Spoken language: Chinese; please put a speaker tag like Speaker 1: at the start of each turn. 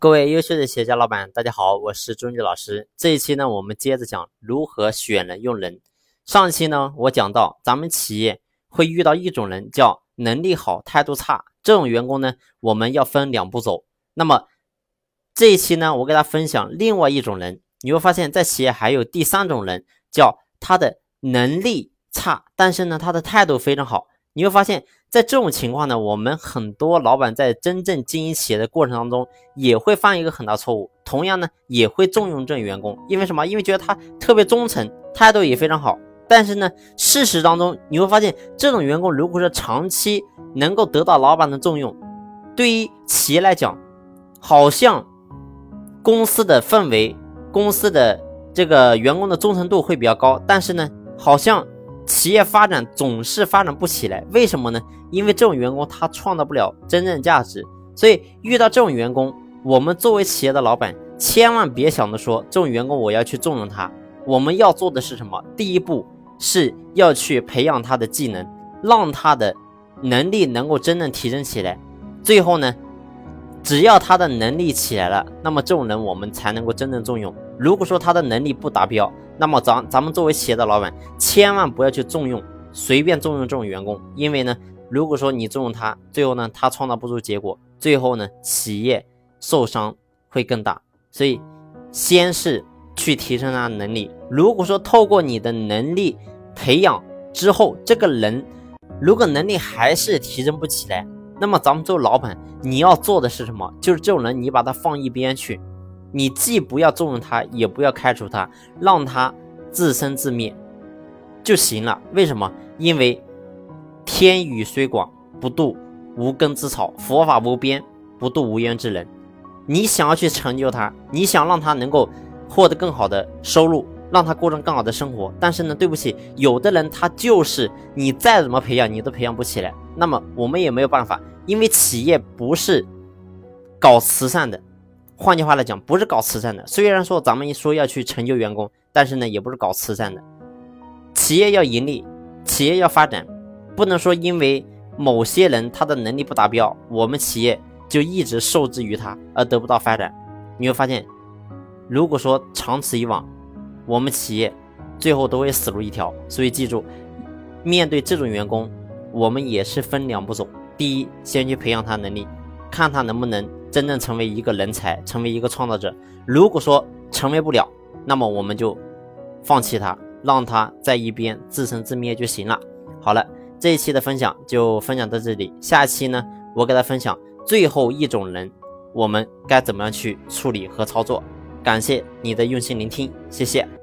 Speaker 1: 各位优秀的企业家老板，大家好，我是钟毅老师。这一期呢，我们接着讲如何选人用人。上一期呢，我讲到咱们企业会遇到一种人，叫能力好态度差，这种员工呢，我们要分两步走。那么这一期呢，我给大家分享另外一种人，你会发现在企业还有第三种人，叫他的能力差，但是呢，他的态度非常好。你会发现在这种情况呢，我们很多老板在真正经营企业的过程当中也会犯一个很大错误，同样呢也会重用这种员工。因为什么？因为觉得他特别忠诚，态度也非常好。但是呢，事实当中你会发现这种员工如果是长期能够得到老板的重用，对于企业来讲，好像公司的氛围，公司的这个员工的忠诚度会比较高，但是呢好像企业发展总是发展不起来。为什么呢？因为这种员工他创造不了真正价值。所以遇到这种员工，我们作为企业的老板千万别想着说这种员工我要去重用他。我们要做的是什么？第一步是要去培养他的技能，让他的能力能够真正提升起来。最后呢，只要他的能力起来了，那么这种人我们才能够真正重用。如果说他的能力不达标，那么咱们作为企业的老板千万不要去随便重用这种员工。因为呢，如果说你重用他，最后呢他创造不出结果，最后呢企业受伤会更大。所以先是去提升他的能力，如果说透过你的能力培养之后，这个人如果能力还是提升不起来，那么咱们作为老板你要做的是什么？就是这种人你把他放一边去，你既不要重用他，也不要开除他，让他自生自灭就行了。为什么？因为天宇虽广，不渡无根之草，佛法无边，不渡无缘之人。你想要去成就他，你想让他能够获得更好的收入，让他过上更好的生活，但是呢，对不起，有的人他就是你再怎么培养你都培养不起来，那么我们也没有办法。因为企业不是搞慈善的，换句话来讲，不是搞慈善的。虽然说咱们说要去成就员工，但是呢也不是搞慈善的。企业要盈利，企业要发展，不能说因为某些人他的能力不达标，我们企业就一直受制于他而得不到发展。你会发现，如果说长此以往，我们企业最后都会死路一条。所以记住，面对这种员工，我们也是分两步走。第一，先去培养他能力，看他能不能真正成为一个人才，成为一个创造者。如果说成为不了，那么我们就放弃他，让他在一边自生自灭就行了。好了，这一期的分享就分享到这里，下一期呢，我给大家分享最后一种人，我们该怎么样去处理和操作。感谢你的用心聆听，谢谢。